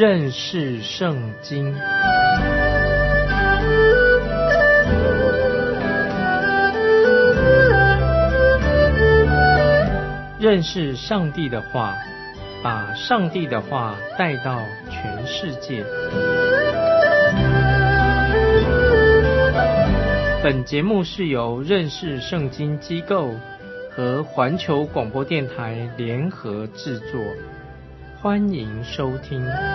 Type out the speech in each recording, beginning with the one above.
认识圣经。认识上帝的话，把上帝的话带到全世界。本节目是由认识圣经机构和环球广播电台联合制作，欢迎收听。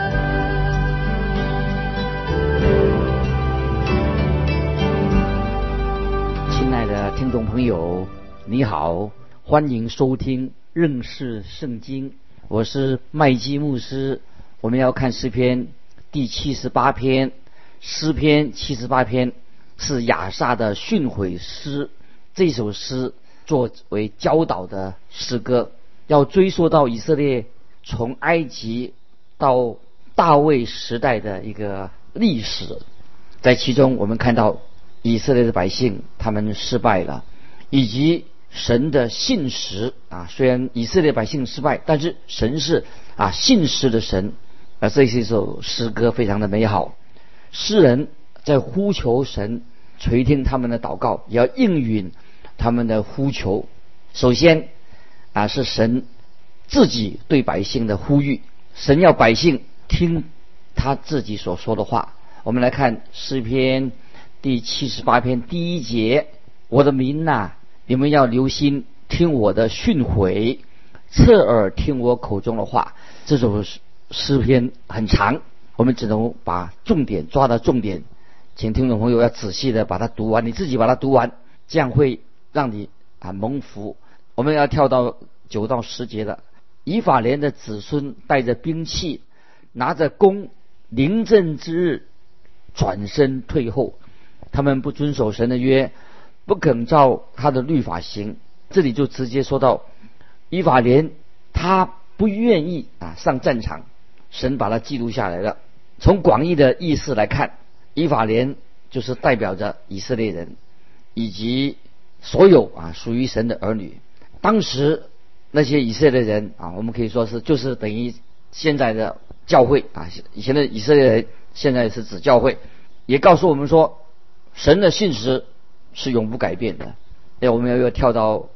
亲爱的听众朋友，你好，欢迎收听认识圣经，我是麦基牧师。我们要看诗篇第78篇，诗篇78篇是亚萨的训诲诗，这首诗作为教导的诗歌，要追溯到以色列从埃及到大卫时代的一个历史。在其中我们看到以色列的百姓他们失败了，以及神的信实虽然以色列百姓失败，但是神是信实的神。这是一首诗歌，非常的美好。诗人在呼求神垂听他们的祷告，也要应允他们的呼求。首先是神自己对百姓的呼吁，神要百姓听他自己所说的话。我们来看诗篇第78篇第1节，我的民你们要留心听我的训诲，侧耳听我口中的话。这首诗篇很长，我们只能把重点抓到重点，请听众朋友要仔细的把它读完，你自己把它读完，这样会让你蒙福。我们要跳到9到10节了。以法莲的子孙带着兵器，拿着弓，临阵之日转身退后，他们不遵守神的约，不肯照他的律法行。这里就直接说到以法莲他不愿意上战场，神把它记录下来了。从广义的意思来看，以法莲就是代表着以色列人以及所有属于神的儿女。当时那些以色列人我们可以说是就是等于现在的教会以前的以色列人现在是指教会，也告诉我们说神的信实是永不改变的。我们要跳到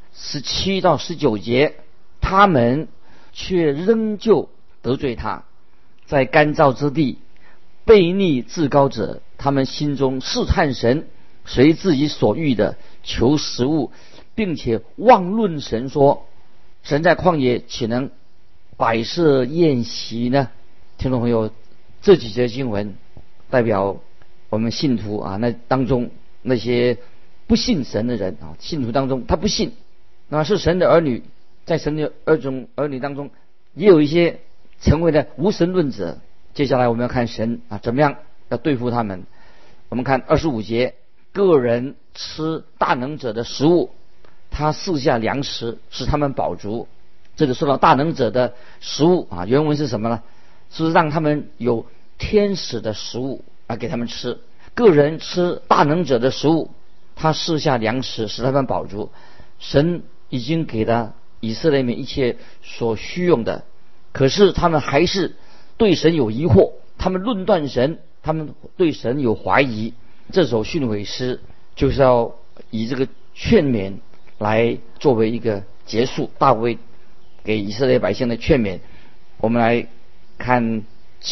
17到19节，他们却仍旧得罪他，在干燥之地悖逆至高者，他们心中试探神，随自己所欲的求食物，并且妄论神说，神在旷野岂能摆设宴席呢？听众朋友，这几节经文代表我们信徒那当中那些不信神的人信徒当中他不信，那么是神的儿女，在神的儿女当中也有一些成为了无神论者。接下来我们要看神怎么样要对付他们。我们看25节，个人吃大能者的食物，他赐下粮食使他们饱足。这里说到大能者的食物原文是什么呢？是让他们有天使的食物给他们吃。个人吃大能者的食物，他赐下粮食使他们饱足。神已经给了以色列民一切所需用的，可是他们还是对神有疑惑，他们论断神，他们对神有怀疑。这首训诲诗就是要以这个劝勉来作为一个结束，大卫给以色列百姓的劝勉。我们来看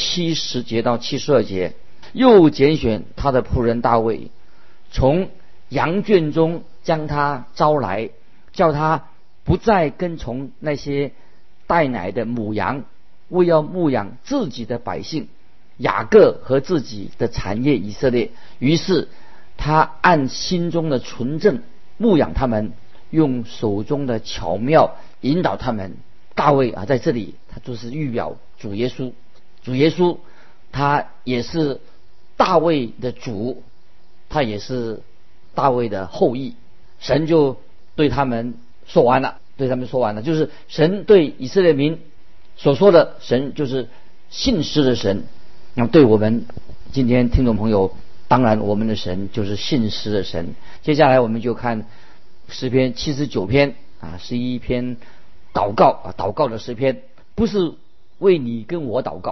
70节到72节，又拣选他的仆人大卫，从羊圈中将他招来，叫他不再跟从那些带奶的母羊，为要牧养自己的百姓雅各和自己的产业以色列。于是他按心中的纯正牧养他们，用手中的巧妙引导他们。大卫在这里他就是预表主耶稣，主耶稣他也是大卫的主，他也是大卫的后裔。神就对他们说完了，就是神对以色列民所说的，神就是信实的神。那对我们今天听众朋友，当然我们的神就是信实的神。接下来我们就看诗篇79篇是一篇祷告的诗篇，不是为你跟我祷告，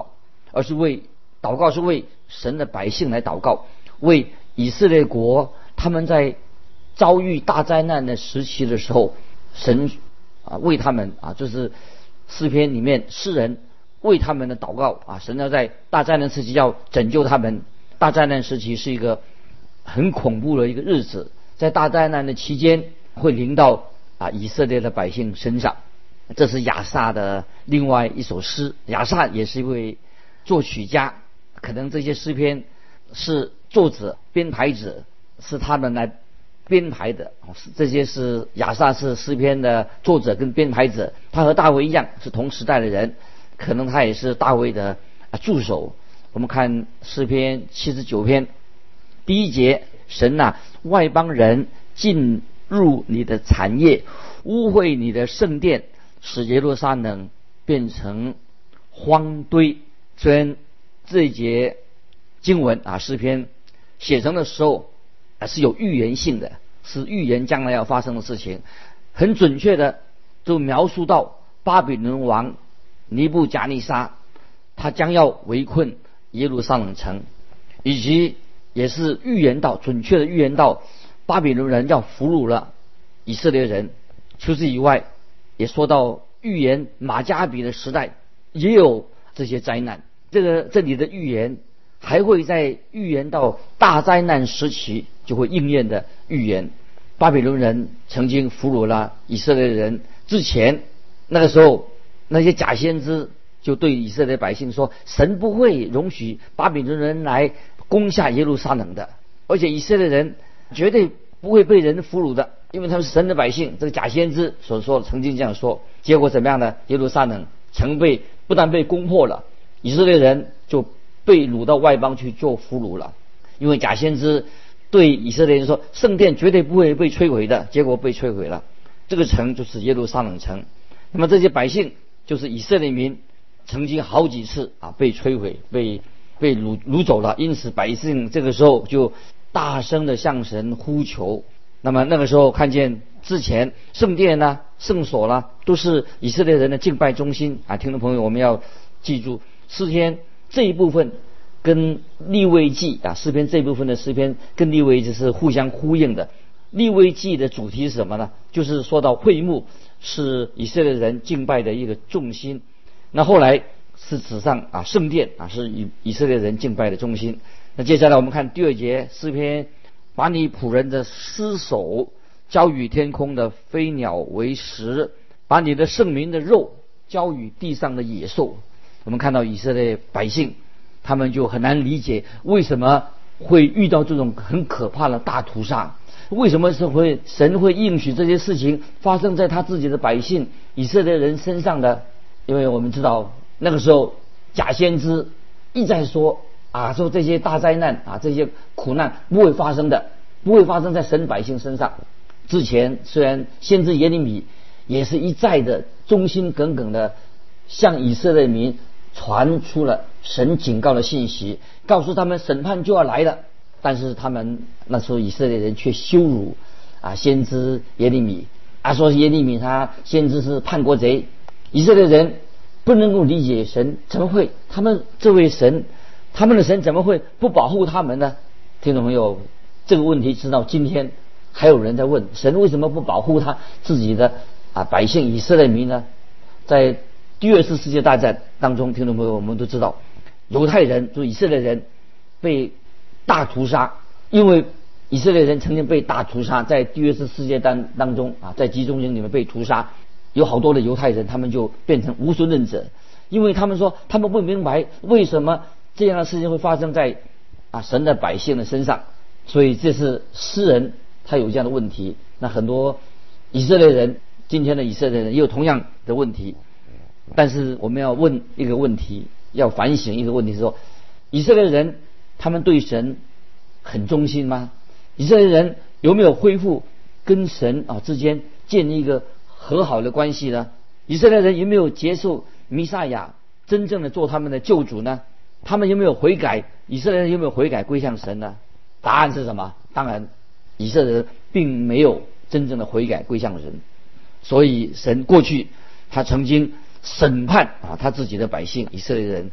而是祷告是为神的百姓来祷告，为以色列国他们在遭遇大灾难的时期的时候，神为他们就是诗篇里面诗人为他们的祷告神要在大灾难时期要拯救他们。大灾难时期是一个很恐怖的一个日子，在大灾难的期间会临到以色列的百姓身上。这是亚萨的另外一首诗，亚萨也是一位作曲家，可能这些诗篇是作者编排者是他们来编排的，这些是亚萨是诗篇的作者跟编排者，他和大卫一样是同时代的人，可能他也是大卫的助手。我们看诗篇79篇第1节，神外邦人进入你的产业，污秽你的圣殿，使耶路撒冷变成荒堆。虽然这一节经文诗篇写成的时候是有预言性的，是预言将来要发生的事情，很准确的就描述到巴比伦王尼布甲尼撒他将要围困耶路撒冷城，以及也是准确的预言到巴比伦人要俘虏了以色列人。除此以外，也说到预言马加比的时代也有这些灾难。这里的预言还会在预言到大灾难时期就会应验的预言。巴比伦人曾经俘虏了以色列人之前，那个时候那些假先知就对以色列百姓说，神不会容许巴比伦人来攻下耶路撒冷的，而且以色列人绝对不会被人俘虏的，因为他们是神的百姓。这个假先知所说曾经这样说，结果怎么样呢？耶路撒冷城不但被攻破了，以色列人就被掳到外邦去做俘虏了。因为假先知对以色列人说，圣殿绝对不会被摧毁的，结果被摧毁了。这个城就是耶路撒冷城。那么这些百姓就是以色列民，曾经好几次被摧毁，被掳走了。因此百姓这个时候就大声的向神呼求。那么那个时候看见之前圣殿圣所都是以色列人的敬拜中心听众朋友，我们要记住诗篇这一部分跟利未记诗篇这一部分的诗篇跟利未记是互相呼应的。利未记的主题是什么呢？就是说到会幕是以色列人敬拜的一个重心，那后来是指上圣殿是以色列人敬拜的中心。那接下来我们看第2节诗篇，把你仆人的尸首交与天空的飞鸟为食，把你的圣民的肉交与地上的野兽。我们看到以色列百姓他们就很难理解为什么会遇到这种很可怕的大屠杀，为什么神会应许这些事情发生在他自己的百姓以色列人身上的。因为我们知道那个时候假先知一再说说这些大灾难这些苦难不会发生的，不会发生在神百姓身上。之前虽然先知耶利米也是一再的忠心耿耿的向以色列民传出了神警告的信息，告诉他们审判就要来了，但是他们那时候以色列人却羞辱先知耶利米说耶利米他先知是叛国贼。以色列人不能够理解神怎么会，他们这位神，他们的神怎么会不保护他们呢？听众朋友，这个问题直到今天还有人在问，神为什么不保护他自己的百姓以色列民呢？在第2次世界大战当中，听众朋友我们都知道，犹太人就以色列人被大屠杀，因为以色列人曾经被大屠杀，在第2次世界大战当中在集中营里面被屠杀，有好多的犹太人他们就变成无神论者，因为他们说他们不明白为什么这样的事情会发生在神的百姓的身上，所以这是诗人他有这样的问题。那很多以色列人，今天的以色列人也有同样的问题。但是我们要问一个问题，要反省一个问题，是说以色列人他们对神很忠心吗？以色列人有没有恢复跟神之间建立一个和好的关系呢？以色列人有没有接受弥赛亚真正的做他们的救主呢？他们有没有悔改？以色列人有没有悔改归向神呢？答案是什么？当然以色列人并没有真正的悔改归向神。所以神过去他曾经审判他自己的百姓以色列人，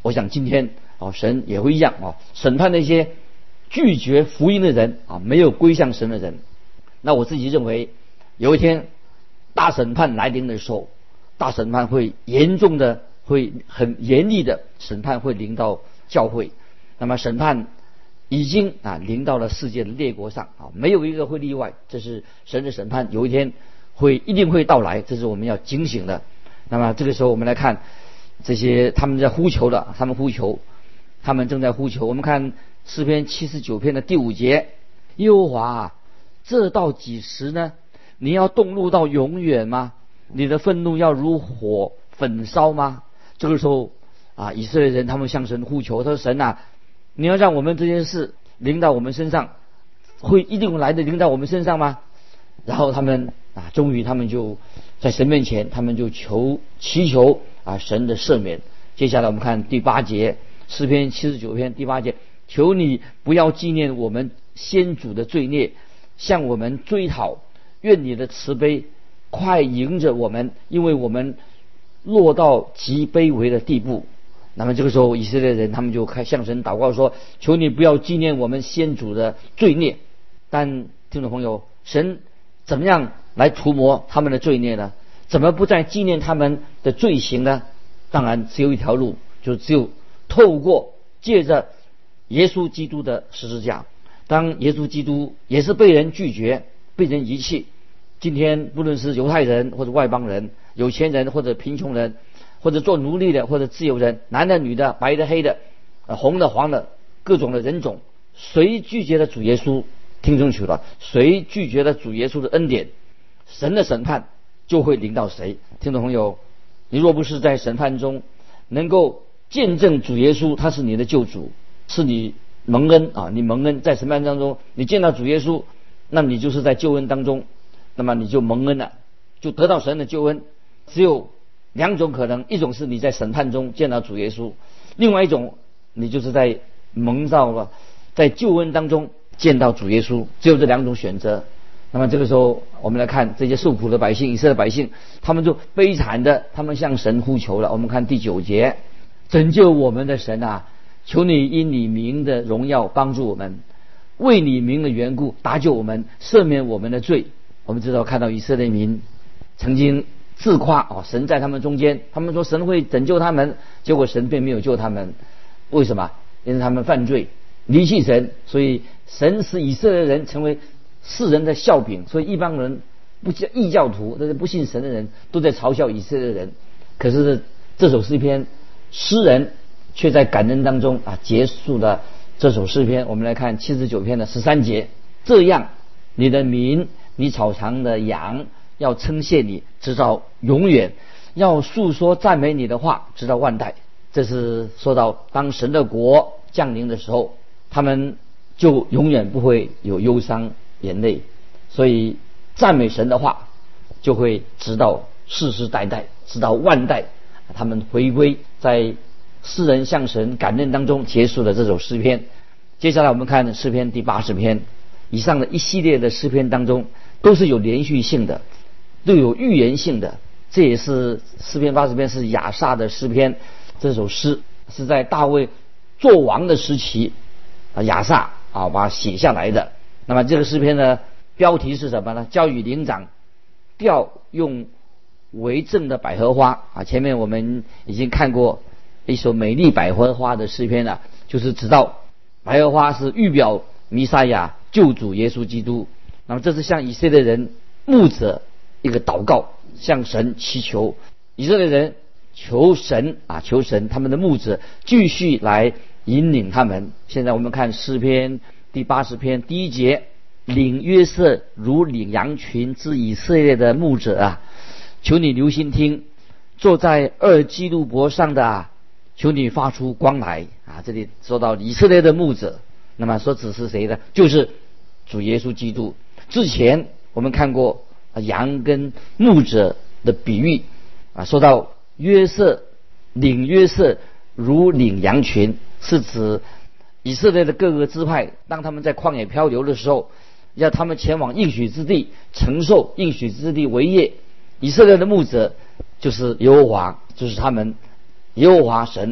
我想今天神也会一样审判那些拒绝福音的人没有归向神的人。那我自己认为，有一天大审判来临的时候，大审判会严重的，会很严厉的审判会临到教会。那么审判已经临到了世界的列国上没有一个会例外。这是神的审判，有一天一定会到来，这是我们要警醒的。那么这个时候我们来看这些他们在呼求的，他们正在呼求。我们看诗篇79篇的第5节，耶和华这到几时呢？你要动怒到永远吗？你的愤怒要如火焚烧吗？这个时候以色列人他们向神呼求，他说神你要让我们这件事临到我们身上，一定来的临到我们身上吗？然后他们终于他们就在神面前，他们就祈求神的赦免。接下来我们看第8节，诗篇79篇第8节，求你不要纪念我们先祖的罪孽，向我们追讨，愿你的慈悲快迎着我们，因为我们落到极卑微的地步。那么这个时候以色列人他们就向神祷告说，求你不要纪念我们先祖的罪孽。但听众朋友，神怎么样来除抹他们的罪孽呢？怎么不再纪念他们的罪行呢？当然只有一条路，就只有透过借着耶稣基督的十字架。当耶稣基督也是被人拒绝，被人遗弃，今天不论是犹太人或者外邦人，有钱人或者贫穷人，或者做奴隶的或者自由人，男的女的，白的黑的，红的黄的，各种的人种，谁拒绝了主耶稣，听清楚了，谁拒绝了主耶稣的恩典，神的审判就会临到谁。听众朋友，你若不是在审判中能够见证主耶稣他是你的救主，是你蒙恩你蒙恩，在审判当中你见到主耶稣，那么你就是在救恩当中，那么你就蒙恩了，就得到神的救恩。只有2种可能，一种是你在审判中见到主耶稣，另外一种你就是在蒙召了，在救恩当中见到主耶稣，只有这2种选择。那么这个时候我们来看这些受苦的百姓，以色列百姓，他们就悲惨的，他们向神呼求了。我们看第9节，拯救我们的神求你因你名的荣耀帮助我们，为你名的缘故搭救我们，赦免我们的罪。我们知道看到以色列民曾经自夸神在他们中间，他们说神会拯救他们，结果神并没有救他们。为什么？因为他们犯罪离弃神，所以神使以色列人成为世人的笑柄，所以一般人异教徒，这些不信神的人都在嘲笑以色列人。可是这首诗篇，诗人却在感恩当中结束了这首诗篇。我们来看79篇的13节，这样你的民，你草场的羊要称谢你直到永远，要述说赞美你的话直到万代。这是说到当神的国降临的时候，他们就永远不会有忧伤眼泪，所以赞美神的话就会直到世世代代，直到万代，他们回归，在诗人向神感恩当中结束了这首诗篇。接下来我们看诗篇第80篇，以上的一系列的诗篇当中都是有连续性的，都有预言性的。这也是诗篇80篇是亚萨的诗篇，这首诗是在大卫做王的时期亚萨把它写下来的。那么这个诗篇的标题是什么呢？交与灵长，调用为正的百合花前面我们已经看过一首美丽百合花的诗篇了，就是知道百合花是预表弥赛亚救主耶稣基督。那么这是向以色列人牧者一个祷告，向神祈求，以色列人求神他们的牧者继续来引领他们。现在我们看诗篇第80篇第1节，领约瑟如领羊群之以色列的牧者求你留心听，坐在2基路伯上的求你发出光来这里说到以色列的牧者，那么说指是谁呢？就是主耶稣基督。之前我们看过羊跟牧者的比喻说到领约瑟如领羊群，是指以色列的各个支派，当他们在旷野漂流的时候，要他们前往应许之地，承受应许之地为业。以色列的牧者就是耶和华，就是他们耶和华神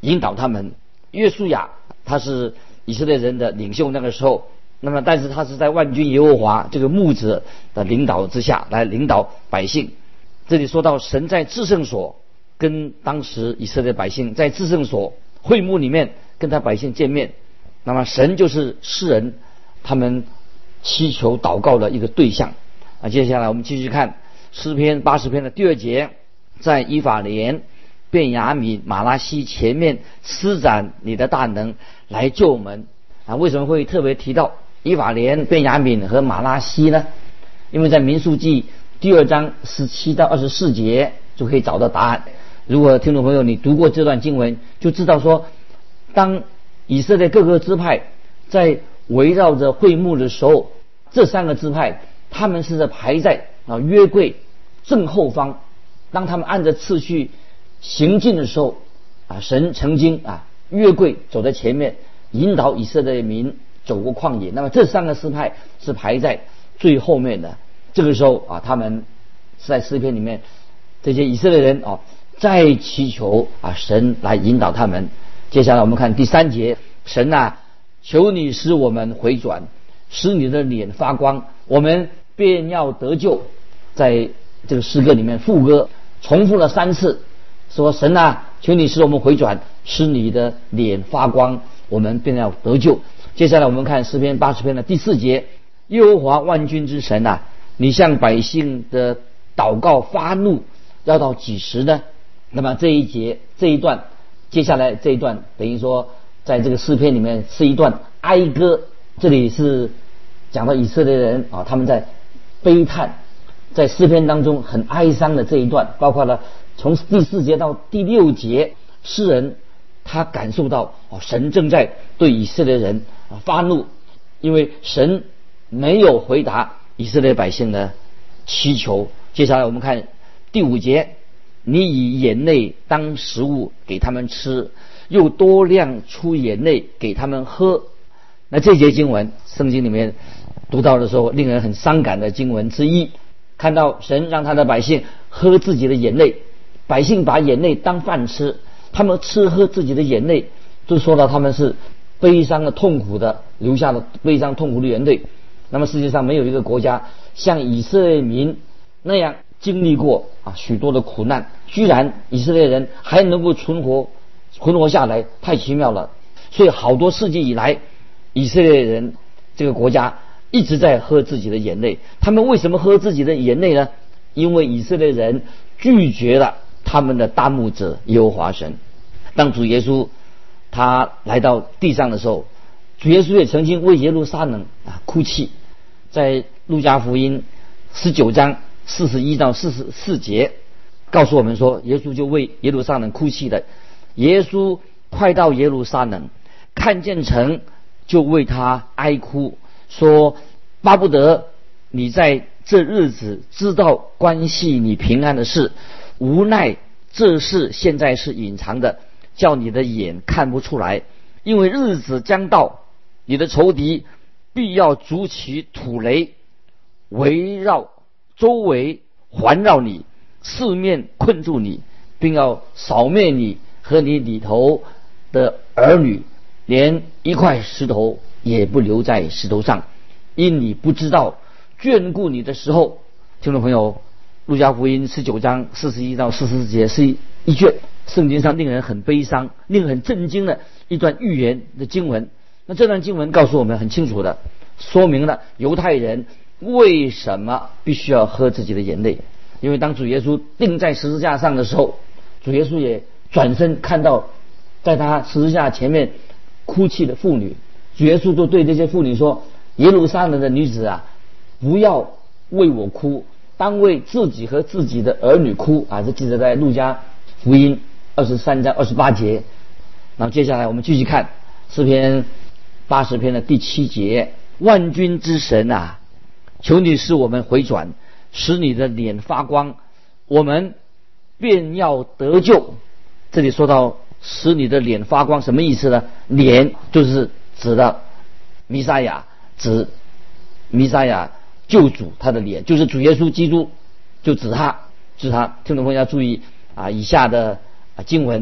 引导他们。约书亚他是以色列人的领袖，那个时候，那么但是他是在万军耶和华这个牧者的领导之下来领导百姓。这里说到神在至圣所跟当时以色列百姓在至圣所会幕里面跟他百姓见面，那么神就是世人他们祈求祷告的一个对象。接下来我们继续看诗篇80篇的第2节，在以法莲、便雅悯、马拉西前面施展你的大能来救我们。为什么会特别提到以法莲、便雅悯和马拉西呢？因为在民数记第2章17到24节就可以找到答案。如果听众朋友你读过这段经文，就知道说，当以色列各个支派在围绕着会幕的时候，这3个支派他们是排在约柜正后方。当他们按着次序行进的时候，神曾经约柜走在前面，引导以色列民走过旷野。那么这3个支派是排在最后面的。这个时候他们是在诗篇里面，这些以色列人在祈求神来引导他们。接下来我们看第3节，神求你使我们回转，使你的脸发光，我们便要得救。在这个诗歌里面副歌重复了3次，说神求你使我们回转，使你的脸发光，我们便要得救。接下来我们看诗篇80篇的第4节，耶和华万军之神你向百姓的祷告发怒，要到几时呢？那么这一段接下来这一段等于说在这个诗篇里面是一段哀歌。这里是讲到以色列人他们在悲叹，在诗篇当中很哀伤的这一段，包括了从第4节到第6节，诗人他感受到神正在对以色列人发怒，因为神没有回答以色列百姓的祈求。接下来我们看第5节，你以眼泪当食物给他们吃，又多量出眼泪给他们喝。那这节经文圣经里面读到的时候，令人很伤感的经文之一，看到神让他的百姓喝自己的眼泪，百姓把眼泪当饭吃，他们吃喝自己的眼泪，就说到他们是悲伤的痛苦的，留下了悲伤痛苦的眼泪。那么世界上没有一个国家像以色列民那样经历过许多的苦难，居然以色列人还能够存活下来，太奇妙了。所以好多世纪以来，以色列人这个国家一直在喝自己的眼泪。他们为什么喝自己的眼泪呢？因为以色列人拒绝了他们的大牧者耶和华神。当主耶稣他来到地上的时候，主耶稣也曾经为耶路撒冷哭泣。在路加福音19章41到44节告诉我们说，耶稣就为耶路撒冷哭泣的。耶稣快到耶路撒冷，看见城就为他哀哭，说巴不得你在这日子知道关系你平安的事，无奈这事现在是隐藏的，叫你的眼看不出来。因为日子将到，你的仇敌必要筑起土垒，围绕周围环绕你，四面困住你，并要扫灭你和你里头的儿女，连一块石头也不留在石头上，因你不知道眷顾你的时候。听众朋友，路加福音19章41到44节是一卷圣经上令人很悲伤、令人很震惊的一段预言的经文。那这段经文告诉我们很清楚的说明了犹太人为什么必须要喝自己的眼泪。因为当主耶稣钉在十字架上的时候，主耶稣也转身看到在他十字架前面哭泣的妇女，主耶稣就对这些妇女说，耶路撒冷的女子不要为我哭，当为自己和自己的儿女哭。这记载在路加福音23章28节。那么接下来我们继续看诗篇80篇的第7节，万军之神求你使我们回转，使你的脸发光，我们便要得救。这里说到使你的脸发光，什么意思呢？脸就是指的弥赛亚，指弥赛亚救主，他的脸就是主耶稣基督，就指他。听众朋友要注意以下的经文，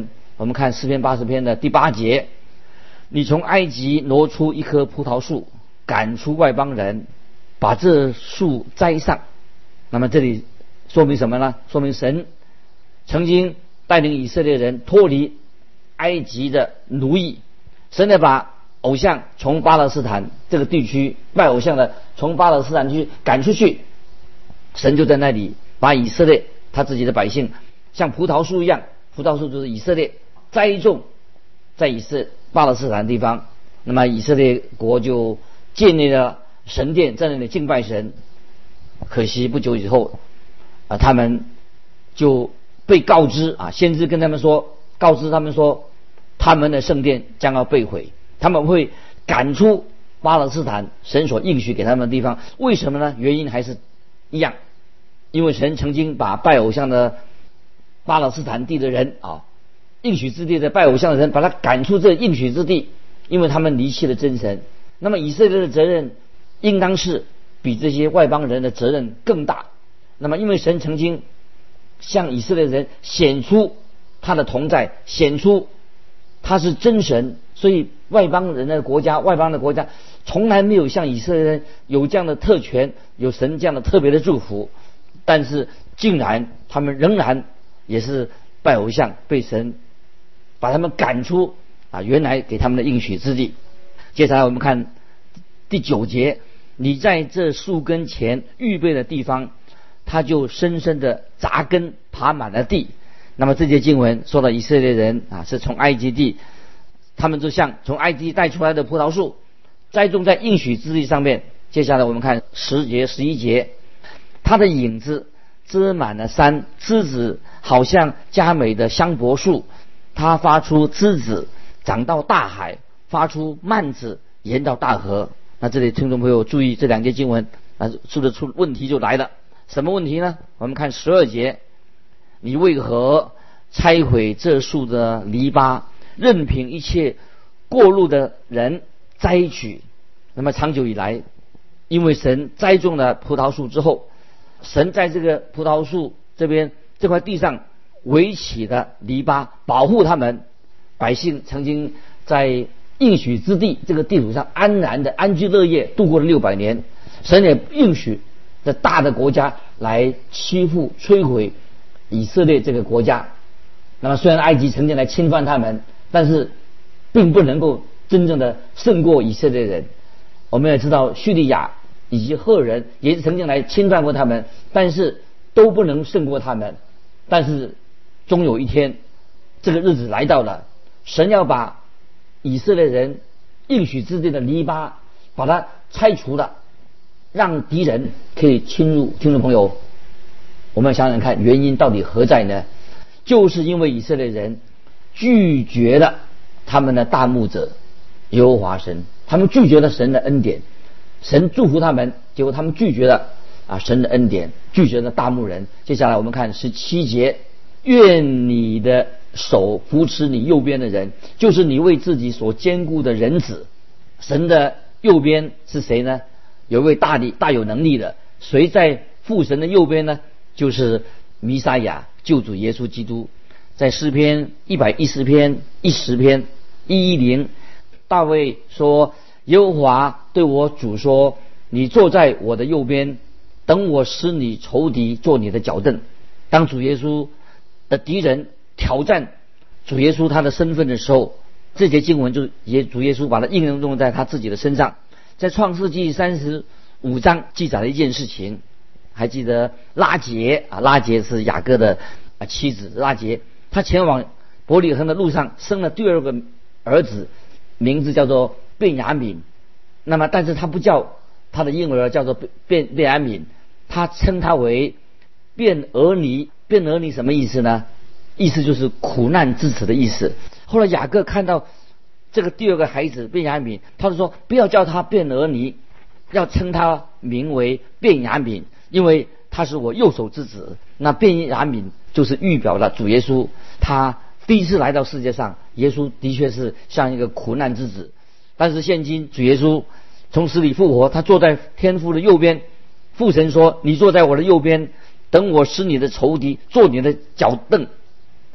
我们看诗篇80篇的第8节，你从埃及挪出一棵葡萄树，赶出外邦人，把这树栽上。那么这里说明什么呢？说明神曾经带领以色列人脱离埃及的奴役，神呢把偶像从巴勒斯坦这个地区，拜偶像的从巴勒斯坦地区赶出去，神就在那里把以色列他自己的百姓像葡萄树一样，葡萄树就是以色列，栽种在巴勒斯坦的地方。那么以色列国就建立了神殿，在那里敬拜神。可惜不久以后他们就被告知先知跟他们说，告知他们说他们的圣殿将要被毁，他们会赶出巴勒斯坦神所应许给他们的地方。为什么呢？原因还是一样，因为神曾经把拜偶像的巴勒斯坦地的人应许之地的拜偶像的人把他赶出这应许之地，因为他们离弃了真神。那么以色列的责任应当是比这些外邦人的责任更大。那么因为神曾经向以色列人显出他的同在，显出他是真神，所以外邦的国家从来没有像以色列人有这样的特权，有神这样的特别的祝福。但是竟然他们仍然也是拜偶像，被神把他们赶出原来给他们的应许之地。接下来我们看第9节，你在这树根前预备的地方，他就深深的扎根爬满了地。那么这节经文说到以色列人是从埃及地，他们就像从埃及带出来的葡萄树，栽种在应许之地上面。接下来我们看10节11节，它的影子遮满了山，枝子好像佳美的香柏树，它发出枝子长到大海，发出蔓子延到大河。那这里听众朋友注意，这2节经文说得出问题就来了。什么问题呢？我们看12节，你为何拆毁这树的篱笆，任凭一切过路的人摘取？那么长久以来，因为神栽种了葡萄树之后，神在这个葡萄树这边这块地上围起了篱笆，保护他们。百姓曾经在应许之地这个地图上安然的安居乐业，度过了600年。神也应许这大的国家来欺负摧毁以色列这个国家。那么虽然埃及曾经来侵犯他们，但是并不能够真正的胜过以色列人。我们也知道叙利亚以及赫人也曾经来侵犯过他们，但是都不能胜过他们。但是终有一天这个日子来到了，神要把以色列人应许之地的篱笆把它拆除了，让敌人可以侵入。听众朋友，我们想想看，原因到底何在呢？就是因为以色列人拒绝了他们的大牧者耶和华神，他们拒绝了神的恩典。神祝福他们，结果他们拒绝了神的恩典，拒绝了大牧人。接下来我们看17节，愿你的手扶持你右边的人，就是你为自己所坚固的人子。神的右边是谁呢？有一位大有能力的，谁在父神的右边呢？就是弥撒亚救主耶稣基督。在诗篇110篇10篇110，大卫说，耶和华对我主说，你坐在我的右边，等我使你仇敌做你的脚凳。当主耶稣的敌人挑战主耶稣他的身份的时候，这节经文就主耶稣把它应用在他自己的身上。在创世纪35章记载了一件事情，还记得拉结拉结是雅各的妻子。拉结他前往伯利恒的路上生了第2个儿子，名字叫做便雅悯。那么但是他不叫他的婴儿叫做便雅悯，他称他为便俄尼。便俄尼什么意思呢？意思就是苦难之子的意思。后来雅各看到这个第2个孩子便雅悯，他就说不要叫他便俄尼，要称他名为便雅悯，因为他是我右手之子。那便雅悯就是预表了主耶稣，他第一次来到世界上，耶稣的确是像一个苦难之子。但是现今主耶稣从死里复活，他坐在天父的右边，父神说，你坐在我的右边，等我使你的仇敌做你的脚凳。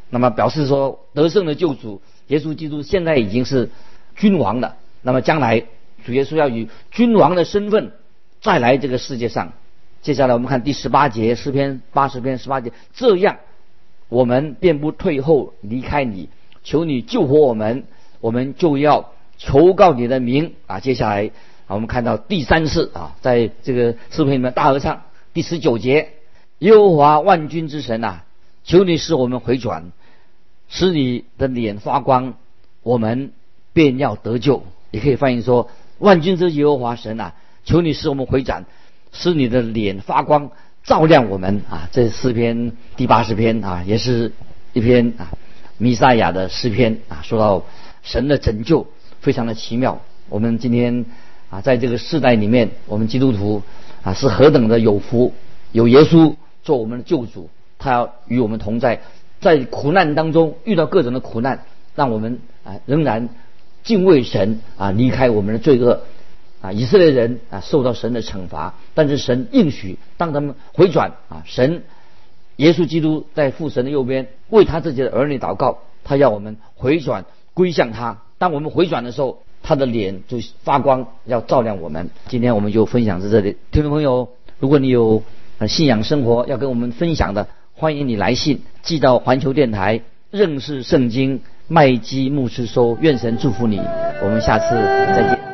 那么表示说得胜的救主耶稣基督现在已经是君王了。那么将来主耶稣要以君王的身份再来这个世界上。接下来我们看第18节，诗篇80篇18节，这样我们便不退后离开你，求你救活我们，我们就要求告你的名啊。接下来我们看到第3次在这个诗篇里面大合唱第19节，耶和华万军之神啊，求你使我们回转，使你的脸发光，我们便要得救。也可以翻译说，万军之耶和华神啊，求你使我们回转，使你的脸发光，照亮我们啊。这诗篇第80篇啊，也是一篇弥赛亚的诗篇啊，说到神的拯救非常的奇妙。我们今天在这个世代里面，我们基督徒是何等的有福，有耶稣做我们的救主，他要与我们同在，在苦难当中遇到各种的苦难，让我们仍然敬畏神离开我们的罪恶以色列人受到神的惩罚，但是神应许当他们回转神耶稣基督在父神的右边为他自己的儿女祷告，他要我们回转归向他。当我们回转的时候，他的脸就发光，要照亮我们。今天我们就分享在这里。听众朋友，如果你有信仰生活要跟我们分享的，欢迎你来信寄到环球电台认识圣经麦基牧师收。愿神祝福你，我们下次再见。